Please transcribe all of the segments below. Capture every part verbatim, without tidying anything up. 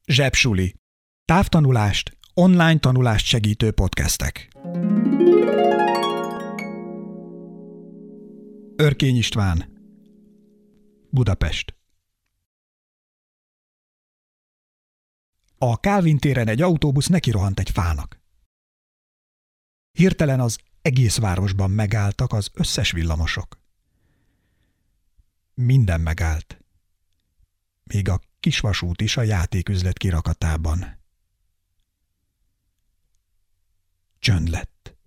Zsebsuli. Távtanulást, online tanulást segítő podcastek. Örkény István, Budapest. A Kálvin téren egy autóbusz nekirohant egy fának. Hirtelen az egész városban megálltak az összes villamosok. Minden megállt. Még a kisvasút is a játéküzlet kirakatában. Csönd lett.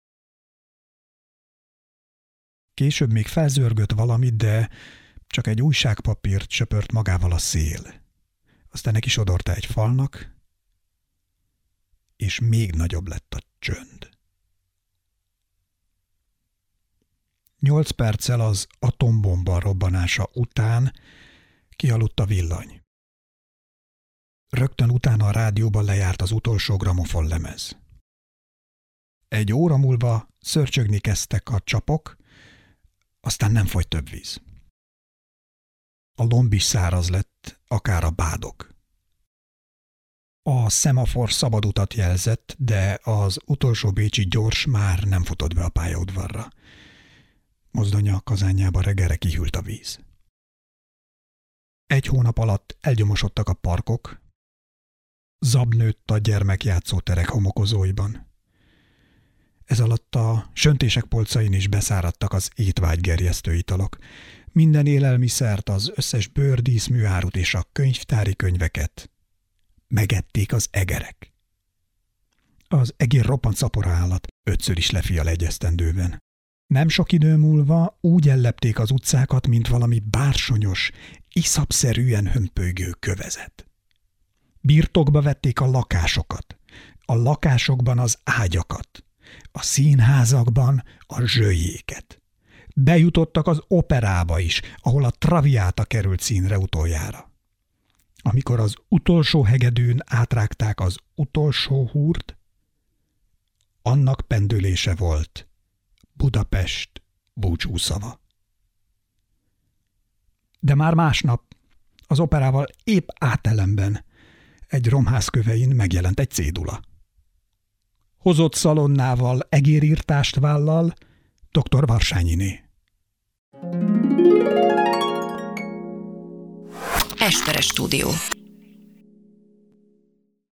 Később még felzörgött valamit, de csak egy újságpapírt söpört magával a szél. Aztán neki sodorta egy falnak, és még nagyobb lett a csönd. Nyolc perccel az atombomba robbanása után kialudt a villany. Rögtön utána a rádióban lejárt az utolsó gramofonlemez. Egy óra múlva szörcsögni kezdtek a csapok, aztán nem folyt több víz. A lomb is száraz lett, akár a bádok. A szemafor szabad utat jelzett, de az utolsó bécsi gyors már nem futott be a pályaudvarra. Mozdonya kazánjába reggelre kihűlt a víz. Egy hónap alatt elgyomosodtak a parkok, zab nőtt a gyermekjátszóterek homokozóiban. Ez alatt a söntések polcain is beszáradtak az étvágygerjesztő italok. Minden élelmiszert, az összes bőrdíszműárut és a könyvtári könyveket megették az egerek. Az egér roppant szapora állat, ötször is lefial egy esztendőben. Nem sok idő múlva úgy ellepték az utcákat, mint valami bársonyos, iszapszerűen hömpölygő kövezet. Birtokba vették a lakásokat, a lakásokban az ágyakat, a színházakban a zsöljéket. Bejutottak az operába is, ahol a Traviata került színre utoljára. Amikor az utolsó hegedűn átrágták az utolsó húrt, annak pendülése volt Budapest búcsúszava. De már másnap az operával épp átelemben egy romház kövein megjelent egy cédula. Hozott szalonnával egérírtást vállal doktor Varsányiné. Esperes stúdió.